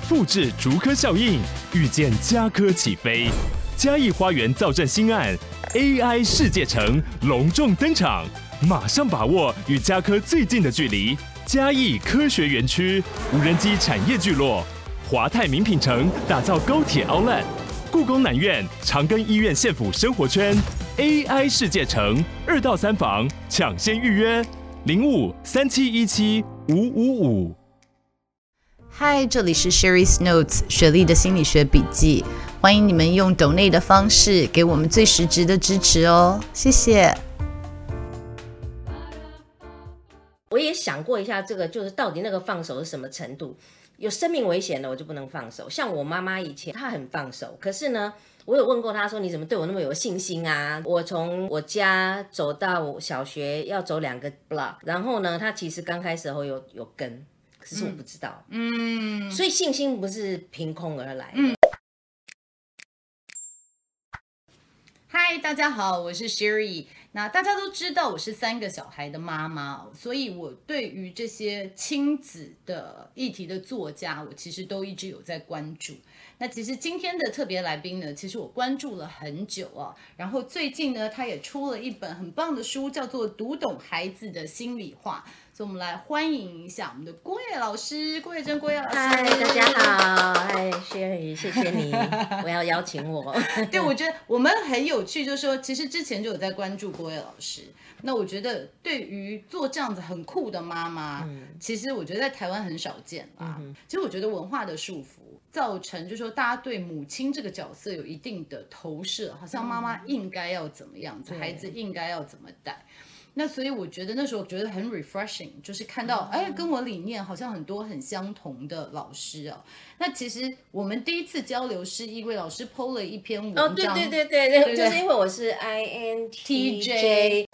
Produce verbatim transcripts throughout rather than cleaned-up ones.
复制竹科效应，预见家科起飞。嘉义花园造镇新案 A I 世界城隆重登场，马上把握与家科最近的距离。嘉义科学园区无人机产业聚落，华泰名品城打造高铁 Outlet， 故宫南院长庚医院县府生活圈 A I 世界城二到三房抢先预约零五三七一七五五五。 嗨，这里是 Sherry's Notes 雪莉的心理学笔记，欢迎你们用 donate 的方式给我们最实质的支持哦，谢谢。 我也想过一下，这个就是到底那个放手是什么程度？有生命危险的我就不能放手。像我妈妈以前她很放手，可是呢，我有问过她说你怎么对我那么有信心啊？我从我家走到小学要走两个 block， 然后呢，她其实刚开始的时候有有跟。可是我不知道，嗯，所以信心不是凭空而来的。嗯， 嗨，大家好，我是 Sherry。那大家都知道我是三个小孩的妈妈，所以我对于这些亲子的议题的作家，我其实都一直有在关注。那其实今天的特别来宾呢，其实我关注了很久啊。然后最近呢，他也出了一本很棒的书，叫做《读懂孩子的心里话》。所以我们来欢迎一下我们的郭叶老师，郭叶珍，郭叶老师。 嗨，大家好，嗨 ，Sherry， 谢谢你，我要邀请我。 对，我觉得我们很有趣，就是说，其实之前就有在关注郭叶老师。那我觉得对于做这样子很酷的妈妈，嗯、其实我觉得在台湾很少见啦。嗯、其实我觉得文化的束缚造成，就是说大家对母亲这个角色有一定的投射，好像妈妈应该要怎么样子，嗯、孩子应该要怎么带。那所以我觉得那时候觉得很 refreshing， 就是看到哎，跟我理念好像很多很相同的老师啊。那其实我们第一次交流是一位老师 po 了一篇文章， 哦，对对对对对，对就是因为我是 I N T J，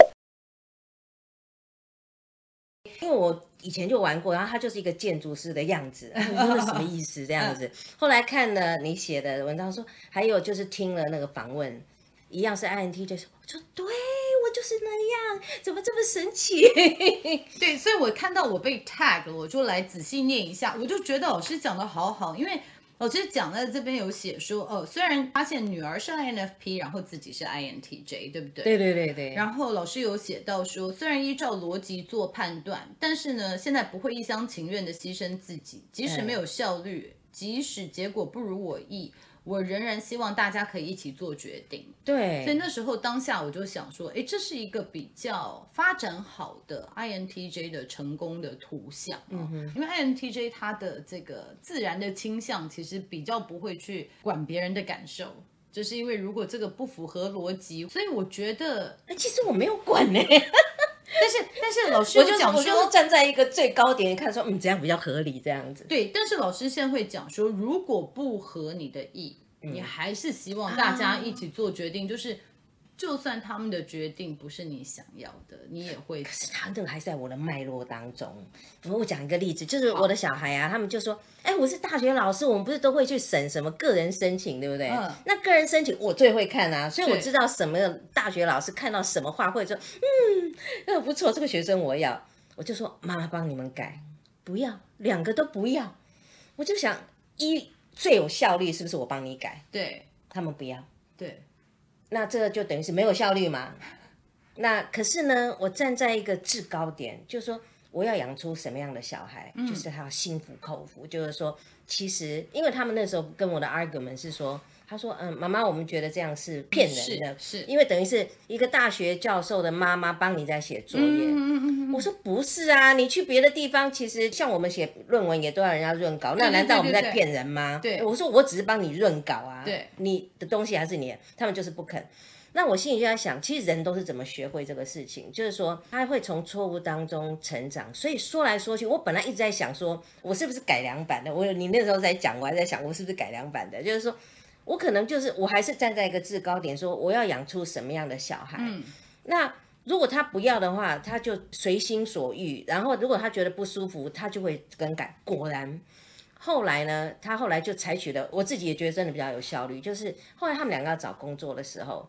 因为我以前就玩过，然后他就是一个建筑师的样子，你说那什么意思这样子？后来看了你写的文章说，还有就是听了那个访问，一样是 I N T J， 我说对。我就是那样，怎么这么神奇？ 对，所以我看到我被 tag 了，我就来仔细念一下，我就觉得老师讲的好好，因为老师讲在这边有写说，哦，虽然发现女儿是 I N F P， 然后自己是 I N T J， 对不对？ 对对对对。 然后老师有写到说，虽然依照逻辑做判断，但是呢，现在不会一厢情愿的牺牲自己，即使没有效率，嗯、即使结果不如我意。我仍然希望大家可以一起做决定。 对， 所以那时候当下我就想说，哎，这是一个比较发展好的 I N T J 的成功的图像、哦。嗯哼，因为 I N T J 它的这个自然的倾向，其实比较不会去管别人的感受，就是因为如果这个不符合逻辑，所以我觉得， 哎，其实我没有管呢。 但是但是老师有讲说， 我就是站在一个最高点看说，嗯，这样比较合理，这样子。 对，但是老师现在会讲说，如果不合你的意，嗯、你还是希望大家一起做决定，啊、就是就算他们的决定不是你想要的，你也会。 可是他那个还在我的脉络当中。我讲一个例子，就是我的小孩啊，他们就说，哎，我是大学老师，我们不是都会去审什么个人申请，对不对？嗯、那个人申请我最会看啊，所以我知道什么大学老师看到什么话会说，嗯，那不错，这个学生我要，我就说妈妈帮你们改，不要，两个都不要。我就想，一最有效率是不是我帮你改？ 对， 他们不要， 对。 那这就等于是没有效率嘛。那可是呢，我站在一个制高点，就是说我要养出什么样的小孩，嗯、就是他要心服口服。就是说，其实因为他们那时候跟我的 argument 是说，他说，嗯，妈妈，我们觉得这样是骗人的， 是, 是因为等于是一个大学教授的妈妈帮你在写作业。嗯嗯嗯、我说不是啊，你去别的地方，其实像我们写论文也都要人家润稿，那难道我们在骗人吗？ 对, 对, 对, 对， 我说我只是帮你润稿啊， 对， 你的东西还是你的，他们就是不肯。那我心里就在想，其实人都是怎么学会这个事情，就是说他会从错误当中成长。所以说来说去，我本来一直在想说，我是不是改良版的？我你那时候在讲，我还在想，我是不是改良版的？就是说我可能就是我还是站在一个制高点，说我要养出什么样的小孩。嗯、那如果他不要的话，他就随心所欲。然后如果他觉得不舒服，他就会更改。果然。后来呢，他后来就采取了，我自己也觉得真的比较有效率，就是后来他们两个要找工作的时候。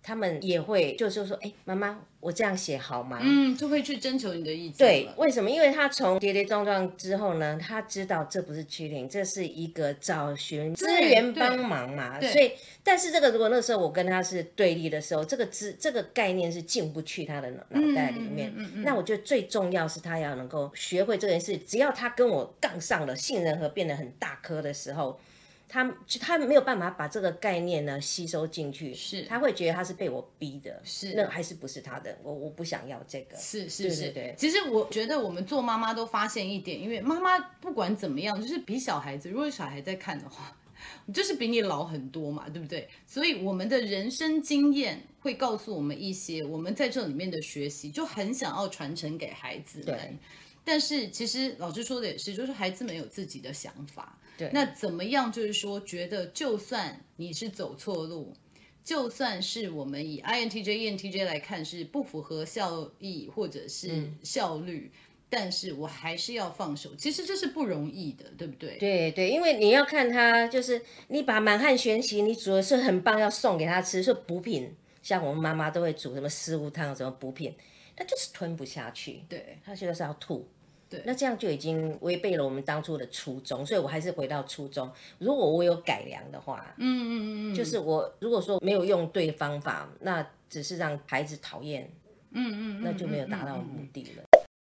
他们也会就是说，哎，妈妈，我这样写好吗？ 嗯，就会去征求你的意见。 对，为什么？因为他从跌跌撞撞之后呢，他知道这不是欺凌，这是一个找寻资源帮忙嘛。所以，但是这个如果那时候我跟他是对立的时候，这个资这个概念是进不去他的脑袋里面。嗯嗯嗯嗯、那我觉得最重要是他要能够学会这件事，只要他跟我杠上了，杏仁核变得很大颗的时候。他他没有办法把这个概念呢吸收进去， 是他会觉得他是被我逼的， 是那还是不是他的，我我不想要这个， 是是是， 对对对。 其实我觉得我们做妈妈都发现一点，因为妈妈不管怎么样，就是比小孩子，如果小孩在看的话，就是比你老很多嘛，对不对？所以我们的人生经验会告诉我们一些我们在这里面的学习，就很想要传承给孩子们。 对。 但是其实老师说的也是，就是孩子们有自己的想法。 对， 那怎么样？就是说，觉得就算你是走错路，就算是我们以 I N T J、E N T J 来看是不符合效益或者是效率，嗯、但是我还是要放手。其实这是不容易的，对不对？ 对对，因为你要看他，就是你把满汉全席你煮的是很棒，要送给他吃，是补品，像我们妈妈都会煮什么四物汤，什么补品，他就是吞不下去， 对， 他觉得是要吐。 对， 那这样就已经违背了我们当初的初衷，所以我还是回到初衷。如果我有改良的话，嗯嗯嗯，就是我如果说没有用对方法，那只是让孩子讨厌，嗯嗯，那就没有达到目的了。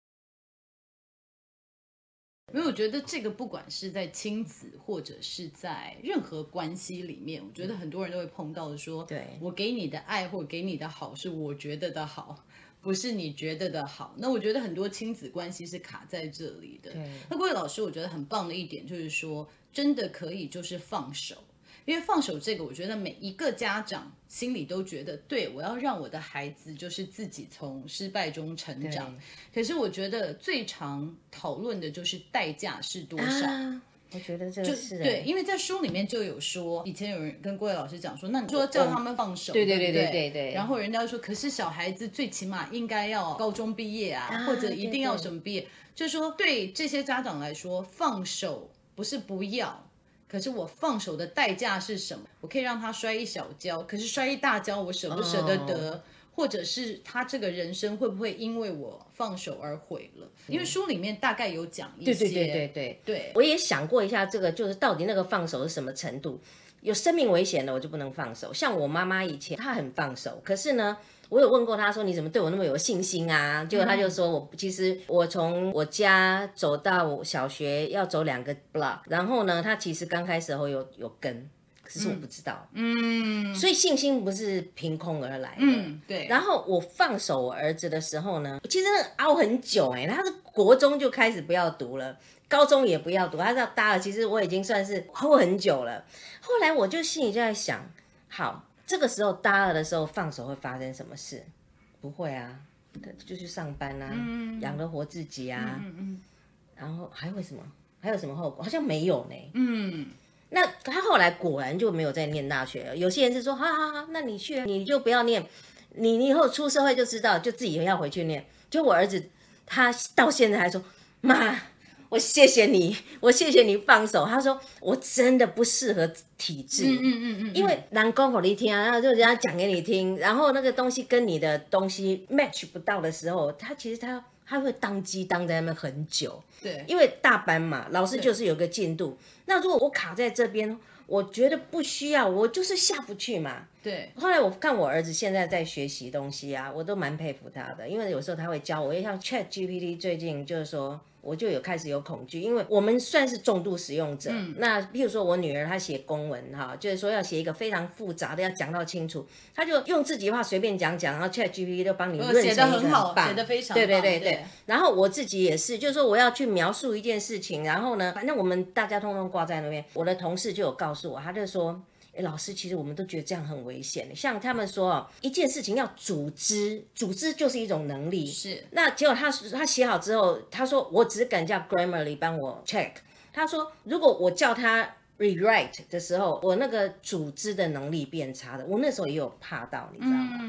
因为我觉得这个不管是在亲子或者是在任何关系里面，我觉得很多人都会碰到的说， 对， 我给你的爱或给你的好是我觉得的好。不是你觉得的好，那我觉得很多亲子关系是卡在这里的。那各位老师，我觉得很棒的一点就是说，真的可以就是放手，因为放手这个，我觉得每一个家长心里都觉得，对，我要让我的孩子就是自己从失败中成长。可是我觉得最常讨论的就是代价是多少。 啊我觉得这个是对，因为在书里面就有说，以前有人跟郭伟老师讲说，那你说叫他们放手， 对对对对对对， 然后人家说，可是小孩子最起码应该要高中毕业啊， 啊或者一定要什么毕业，就是说对这些家长来说，放手不是不要。可是我放手的代价是什么？我可以让他摔一小跤，可是摔一大跤，我舍不舍得得？哦或者是他这个人生会不会因为我放手而毁了？因为书里面大概有讲一些， 对对对对对对， 我也想过一下这个，就是到底那个放手是什么程度？有生命危险的我就不能放手。像我妈妈以前她很放手，可是呢，我有问过她说你怎么对我那么有信心啊？结果她就说我其实我从我家走到小学要走两个 block， 然后呢，她其实刚开始的时候有有跟。可是我不知道，嗯，所以信心不是凭空而来的， 嗯，对。 然后我放手我儿子的时候呢，其实那个熬很久哎、欸，他是国中就开始不要读了，高中也不要读，他是要大了，其实我已经算是后很久了。后来我就心里就在想，好，这个时候大二的时候放手会发生什么事？不会啊，就去上班啊，嗯、养得活自己啊，嗯嗯、然后还会什么？还有什么后果？好像没有呢，嗯。那他后来果然就没有再念大学了。有些人是说，好好好，那你去，你就不要念，你你以后出社会就知道，就自己要回去念。就我儿子，他到现在还说，妈，我谢谢你，我谢谢你放手。他说我真的不适合体制，嗯嗯嗯嗯，因为人讲给你听，然后就人家讲给你听，然后那个东西跟你的东西 match 不到的时候，他其实他他会当机当在那边很久。 对， 因为大班嘛，老师就是有个进度。那如果我卡在这边，我觉得不需要，我就是下不去嘛。 对。 后来我看我儿子现在在学习东西啊，我都蛮佩服他的，因为有时候他会教我，也像 Chat G P T 最近就是说。我就有开始有恐惧，因为我们算是重度使用者。嗯、那譬如说我女儿她写公文哈，就是说要写一个非常复杂的，要讲到清楚，她就用自己的话随便讲讲，然后 Chat G P T 就帮你润成一个很棒， 写得非常棒，对对对对, 对。然后我自己也是，就是说我要去描述一件事情，然后呢，反正我们大家通通挂在那边。我的同事就有告诉我，他就说。老师，其实我们都觉得这样很危险。像他们说，一件事情要组织，组织就是一种能力。 是。 那结果他他写好之后，他说我只敢叫 Grammarly 帮我 check。他说如果我叫他 rewrite 的时候，我那个组织的能力变差的。我那时候也有怕到，你知道吗？嗯。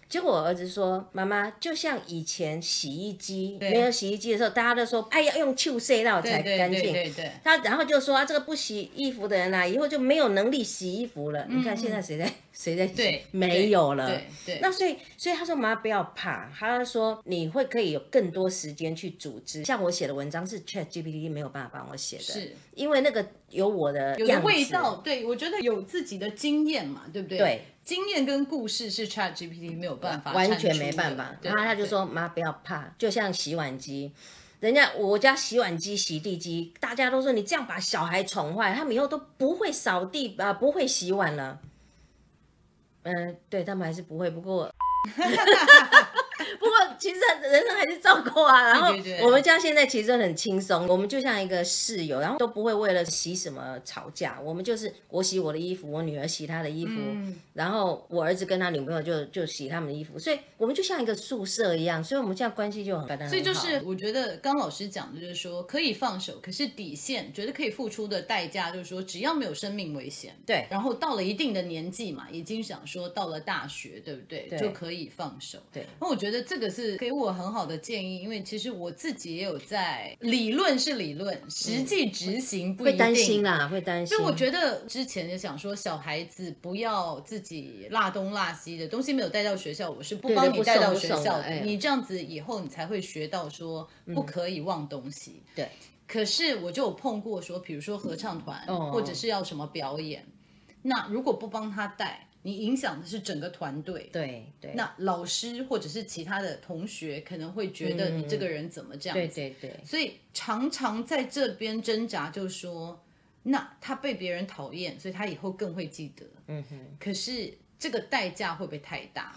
结果我儿子说：“妈妈，就像以前洗衣机没有洗衣机的时候，大家都说，哎，要用手洗到才干净。” 对对对对。 他然后就说啊，这个不洗衣服的人啊，以后就没有能力洗衣服了。嗯、你看现在谁在谁在洗？ 对， 没有了。 对 对, 对。 那所以所以他说妈妈不要怕，他说你会可以有更多时间去组织。像我写的文章是 Chat G P T 没有办法帮我写的， 是因为那个有我的有的味道。对，我觉得有自己的经验嘛，对不对？ 对。 经验跟故事是 Chat G P T 没有办法， 完全没办法。然后他就说：“妈，不要怕，就像洗碗机，人家我家洗碗机、洗地机，大家都说你这样把小孩宠坏，他们以后都不会扫地啊、呃，不会洗碗了。嗯、呃，对他们还是不会，不过。”不过其实人生还是照顾啊，然后我们家现在其实很轻松，我们就像一个室友，然后都不会为了洗什么吵架，我们就是我洗我的衣服，我女儿洗她的衣服，嗯、然后我儿子跟他女朋友就就洗他们的衣服，所以我们就像一个宿舍一样，所以我们现在关系就很很好。 所以就是我觉得刚老师讲的就是说可以放手，可是底线觉得可以付出的代价就是说只要没有生命危险， 对， 然后到了一定的年纪嘛，已经想说到了大学，对不对？对，就可以放手。 对， 那我觉得这个是给我很好的建议，因为其实我自己也有在理论是理论，实际执行不一定， 会担心啦，会担心。 所以我觉得之前就想说，小孩子不要自己落东落西的东西没有带到学校，我是不帮你带到学校的。你这样子以后你才会学到说不可以忘东西。 对。 可是我就有碰过说，比如说合唱团、哦、或者是要什么表演，那如果不帮他带。你影响的是整个团队， 对对。 那老师或者是其他的同学可能会觉得你这个人怎么这样子， 嗯、对对对。 所以常常在这边挣扎，就说，那他被别人讨厌，所以他以后更会记得。嗯哼。可是这个代价会不会太大？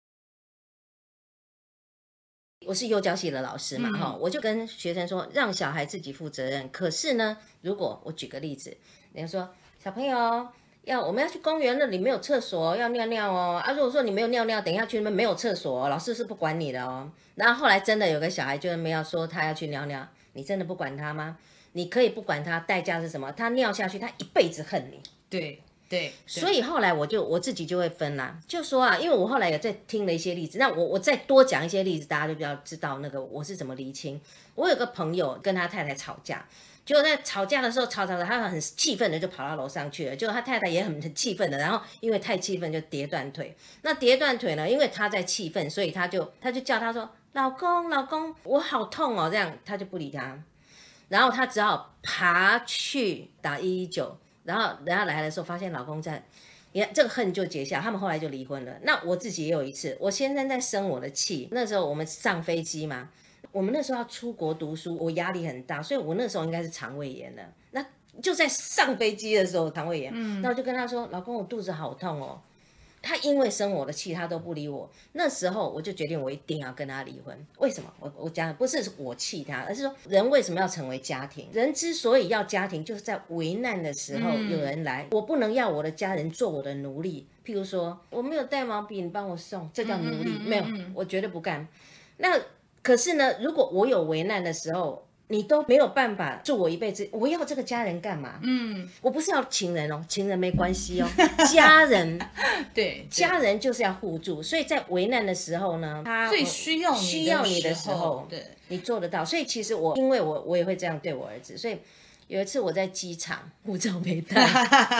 我是幼教系的老师嘛，哈、嗯，我就跟学生说，让小孩自己负责任。可是呢，如果我举个例子，人家说小朋友。要我们要去公园，那里没有厕所，要尿尿哦。啊，如果说你没有尿尿，等一下去那边没有厕所，老师是不管你的哦。然后后来真的有个小孩就没有说他要去尿尿，你真的不管他吗？你可以不管他，代价是什么？他尿下去，他一辈子恨你。 对对。 所以后来我就我自己就会分啦，就说啊，因为我后来有在听了一些例子，那我我再多讲一些例子，大家就比较知道那个我是怎么厘清。我有个朋友跟他太太吵架。结果在吵架的时候，吵吵吵，他很气愤的就跑到楼上去了。结果他太太也很很气愤的，然后因为太气愤就跌断腿。那跌断腿呢，因为他在气愤，所以他就他就叫他说：“老公，老公，我好痛哦。”这样他就不理他，然后他只好爬去打一一九。然后人家来的时候，发现老公在，你看这个恨就结下，他们后来就离婚了。那我自己也有一次，我先生在生我的气，那时候我们上飞机嘛。我们那时候要出国读书，我压力很大，所以我那时候应该是肠胃炎了。那就在上飞机的时候肠胃炎，嗯，那我就跟他说：“老公，我肚子好痛哦。”他因为生我的气，他都不理我。那时候我就决定，我一定要跟他离婚。为什么？我我讲不是我气他，而是说人为什么要成为家庭？人之所以要家庭，就是在危难的时候有人来，嗯、我不能要我的家人做我的奴隶。譬如说，我没有带毛笔，你帮我送，这叫奴隶？嗯嗯嗯嗯没有，我绝对不干。那。可是呢，如果我有危难的时候，你都没有办法助我一辈子，我要这个家人干嘛？嗯，我不是要情人哦，情人没关系哦，家人， 对， 家人就是要互助，所以在危难的时候呢，他最需要需要你的时候， 对， 你做得到。所以其实我，因为我我也会这样对我儿子，所以有一次我在机场护照没带，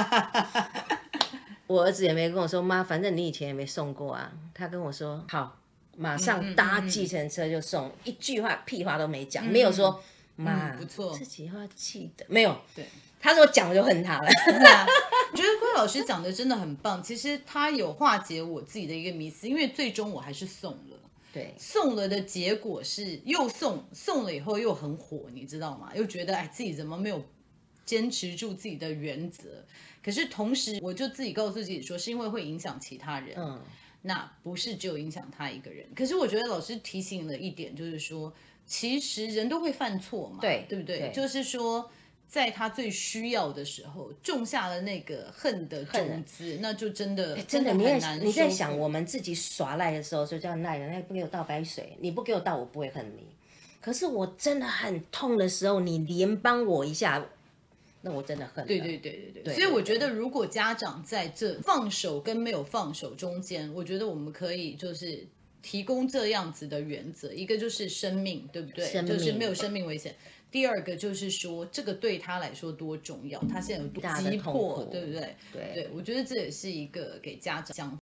我儿子也没跟我说妈，反正你以前也没送过啊，他跟我说好。马上搭计程车就送，嗯嗯嗯、一句话屁话都没讲，嗯、没有说妈、 嗯、不错， 这句话记得没有？ 对， 他说讲我就恨他了。 我觉得龟老师讲的真的很棒，其实他有化解我自己的一个迷思，因为最终我还是送了。 对， 送了的结果是又送，送了以后又很火，你知道吗？又觉得哎自己怎么没有坚持住自己的原则？可是同时我就自己告诉自己说，是因为会影响其他人。嗯。那不是只有影响他一个人，可是我觉得老师提醒了一点，就是说，其实人都会犯错嘛， 对， 对不对？ 对就是说，在他最需要的时候，种下了那个恨的种子，那就真的真的很难收复。 你在想，我们自己耍赖的时候，就叫赖人，那不给我倒白水，你不给我倒，我不会恨你。可是我真的很痛的时候，你连帮我一下。 那我真的恨了。 对对对对对。 对所以我觉得，如果家长在这放手跟没有放手中间，我觉得我们可以就是提供这样子的原则，一个就是生命，对不对？ 生命就是没有生命危险。第二个就是说，这个对他来说多重要，他现在有多急迫，对不对？ 对对，我觉得这也是一个给家长想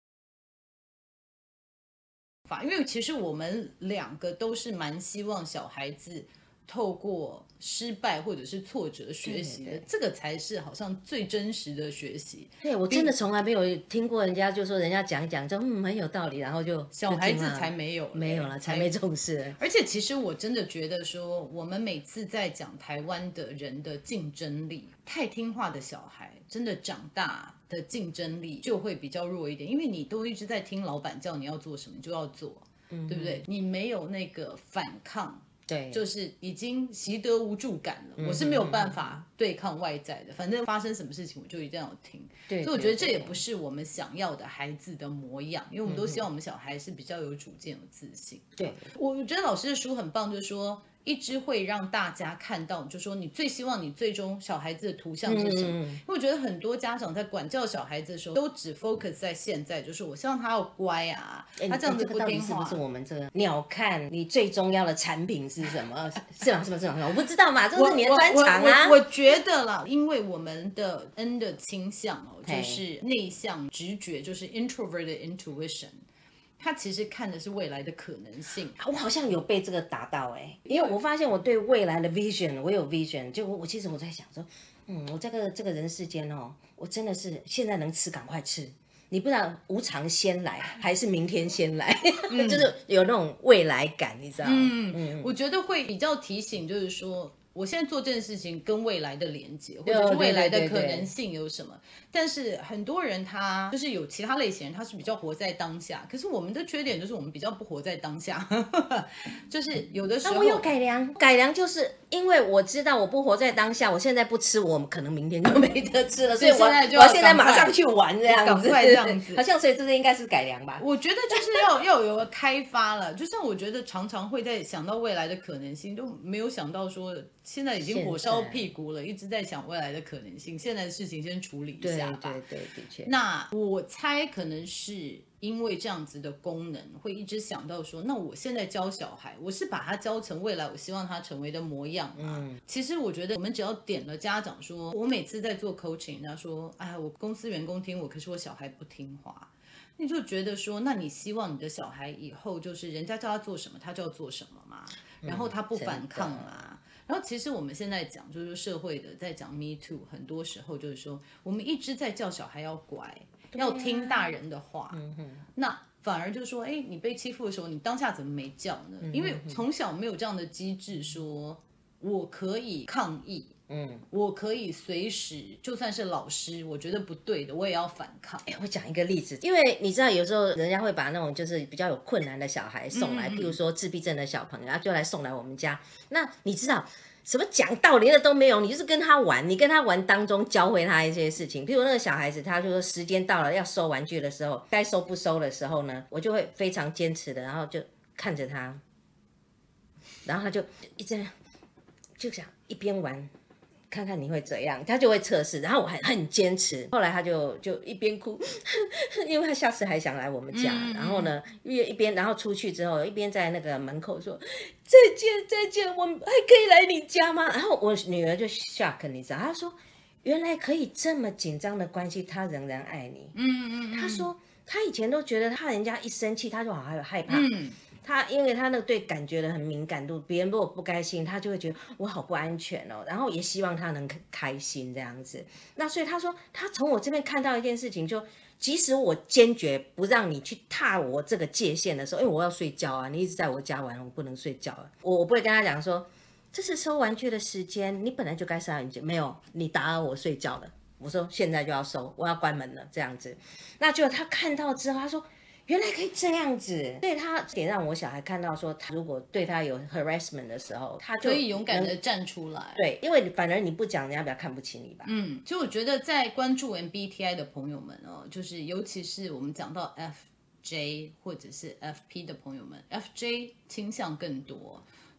法，因为其实我们两个都是蛮希望小孩子透过失败或者是挫折学习的，这个才是好像最真实的学习。 对，我真的从来没有听过人家就说人家讲一讲就嗯很有道理，然后就小孩子才没有没有了，才没重视。 而且其实我真的觉得说，我们每次在讲台湾的人的竞争力，太听话的小孩真的长大的竞争力就会比较弱一点，因为你都一直在听老板叫你要做什么就要做，嗯、对不对？你没有那个反抗。 对， 就是已经习得无助感了、嗯、我是没有办法对抗外在的，反正发生什么事情我就一定要听。 对， 所以我觉得这也不是我们想要的孩子的模样，因为我们都希望我们小孩是比较有主见有自信。 对， 我觉得老师的书很棒，就是说一直会让大家看到，就说你最希望你最终小孩子的图像是什么、嗯、因为我觉得很多家长在管教小孩子的时候都只 focus 在现在，就是我希望他要乖啊、欸、他这样子不听话、欸、 是不是我们这个鸟看你最终要的产品是什么？是吗？是吗？是吗？我不知道嘛，这是你的专长啊。 我, 我, 我, 我觉得啦，因为我们的 N 的倾向哦，就是内向直觉，就是 introverted intuition，他其实看的是未来的可能性。 我好像有被这个打到哎、欸，因为我发现我对未来的 vision， 我有 vision， 就我我其实我在想说，嗯，我这个这个人世间哦，我真的是现在能吃赶快吃。你不知道无常先来还是明天先来，嗯、就是有那种未来感，你知道吗？ 嗯嗯，我觉得会比较提醒，就是说。我现在做这件事情跟未来的连接，或者是未来的可能性有什么？但是很多人他就是有其他类型人，他是比较活在当下。可是我们的缺点就是我们比较不活在当下，就是有的时候。 那我有改良，改良就是因为我知道我不活在当下，我现在不吃，我可能明天就没得吃了，所以我我现在马上去玩这样子， 赶快这样子， 好像所以这个应该是改良吧？ 我觉得就是要要有个开发了，就像我觉得常常会在想到未来的可能性，都没有想到说。现在已经火烧屁股了，一直在想未来的可能性。现在的事情先处理一下吧。 对对对，的确。 那我猜可能是因为这样子的功能，会一直想到说，那我现在教小孩，我是把他教成未来我希望他成为的模样嘛。嗯。其实我觉得我们只要点了家长说，我每次在做 coaching， 他说，哎，我公司员工听我，可是我小孩不听话。你就觉得说，那你希望你的小孩以后就是人家叫他做什么，他就要做什么嘛？然后他不反抗嘛？嗯然后其实我们现在讲就是社会的在讲 Me Too， 很多时候就是说我们一直在叫小孩要乖，啊、要听大人的话。嗯哼，那反而就说，哎，你被欺负的时候，你当下怎么没叫呢？嗯、因为从小没有这样的机制说，我可以抗议。嗯，我可以随时，就算是老师，我觉得不对的，我也要反抗。 哎，我讲一个例子，因为你知道，有时候人家会把那种就是比较有困难的小孩送来，嗯、譬如说自闭症的小朋友，然后就来送来我们家。那你知道什么讲道理的都没有，你就是跟他玩，你跟他玩当中教会他一些事情。譬如那个小孩子，他就说时间到了要收玩具的时候，该收不收的时候呢，我就会非常坚持的，然后就看着他，然后他就一直就想一边玩。看看你会怎样，他就会测试，然后我还很坚持。后来他就就一边哭，因为他下次还想来我们家。嗯、然后呢，一一边然后出去之后，一边在那个门口说再见再见，我还可以来你家吗？然后我女儿就 shock， 你知道，她说原来可以这么紧张的关系，他仍然爱你。嗯嗯嗯。她说她以前都觉得他人家一生气，他就好害怕。嗯。他因为他那个对感觉的很敏感度，别人如果不开心，他就会觉得我好不安全哦，然后也希望他能开心这样子。那所以他说，他从我这边看到一件事情，就即使我坚决不让你去踏我这个界限的时候，因为我要睡觉啊，你一直在我家玩，我不能睡觉啊，我我不会跟他讲说这是收玩具的时间，你本来就该收玩具，没有，你打扰我睡觉了。我说现在就要收，我要关门了这样子。那就他看到之后，他说。原来可以这样子，所以他得让我小孩看到说，他如果对他有 harassment 的时候，他就可以勇敢的站出来。 对，因为反而你不讲，人家比较看不起你吧。 嗯，就我觉得在关注 M B T I 的朋友们哦，就是尤其是我们讲到 F J 或者是 F P 的朋友们 ，F J 倾向更多。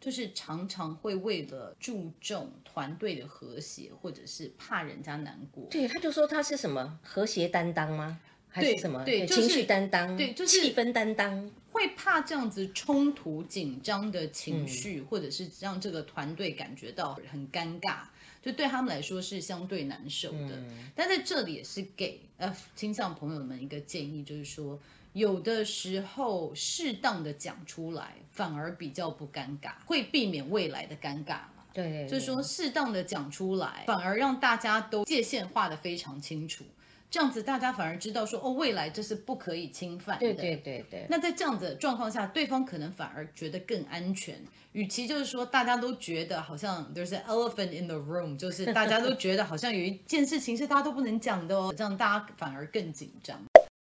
就是常常会为了注重团队的和谐，或者是怕人家难过。 对，他就说他是什么和谐担当吗？还是什么？ 对，对就是、 情绪担当， 对，就是气氛担当。 会怕这样子冲突、紧张的情绪，嗯、或者是让这个团队感觉到很尴尬，就对他们来说是相对难受的。嗯、但在这里也是给呃倾向朋友们一个建议，就是说，有的时候适当的讲出来，反而比较不尴尬，会避免未来的尴尬嘛。 对, 对, 对， 就是说适当的讲出来，反而让大家都界限画得非常清楚。这样子大家反而知道说，哦，未来这是不可以侵犯的。 对对对对。 那在这样的状况下，对方可能反而觉得更安全。与其就是说大家都觉得好像 there's an elephant in the room， 就是大家都觉得好像有一件事情是大家都不能讲的哦，这样大家反而更紧张。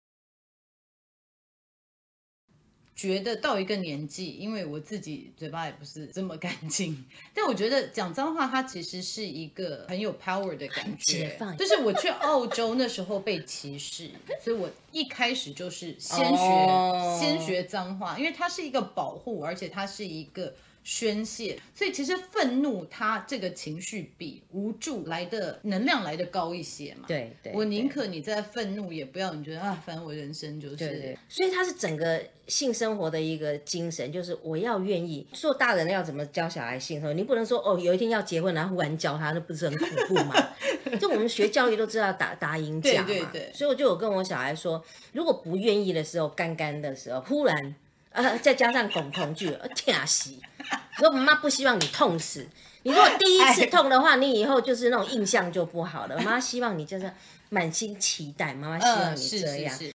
觉得到一个年纪，因为我自己嘴巴也不是这么干净，但我觉得讲脏话它其实是一个很有 power 的感觉。就是我去澳洲那时候被歧视，所以我一开始就是先学、oh. 先学脏话，因为它是一个保护，而且它是一个宣泄，所以其实愤怒它这个情绪比无助来的能量来的高一些嘛。 对对， 我宁可你在愤怒，也不要你觉得啊，反正我人生就是。 对对，所以它是整个性生活的一个精神，就是我要愿意做大人要怎么教小孩性生活，你不能说哦有一天要结婚然后忽然教他，那不是很恐怖吗？就我们学教育都知道打打赢架嘛。 对对对。 所以我就有跟我小孩说，如果不愿意的时候，干干的时候，忽然呃再加上恐恐惧，痛死。说妈妈不希望你痛死，你如果第一次痛的话，你以后就是那种印象就不好了。妈妈希望你就是满心期待，妈妈希望你这样。 嗯、是是是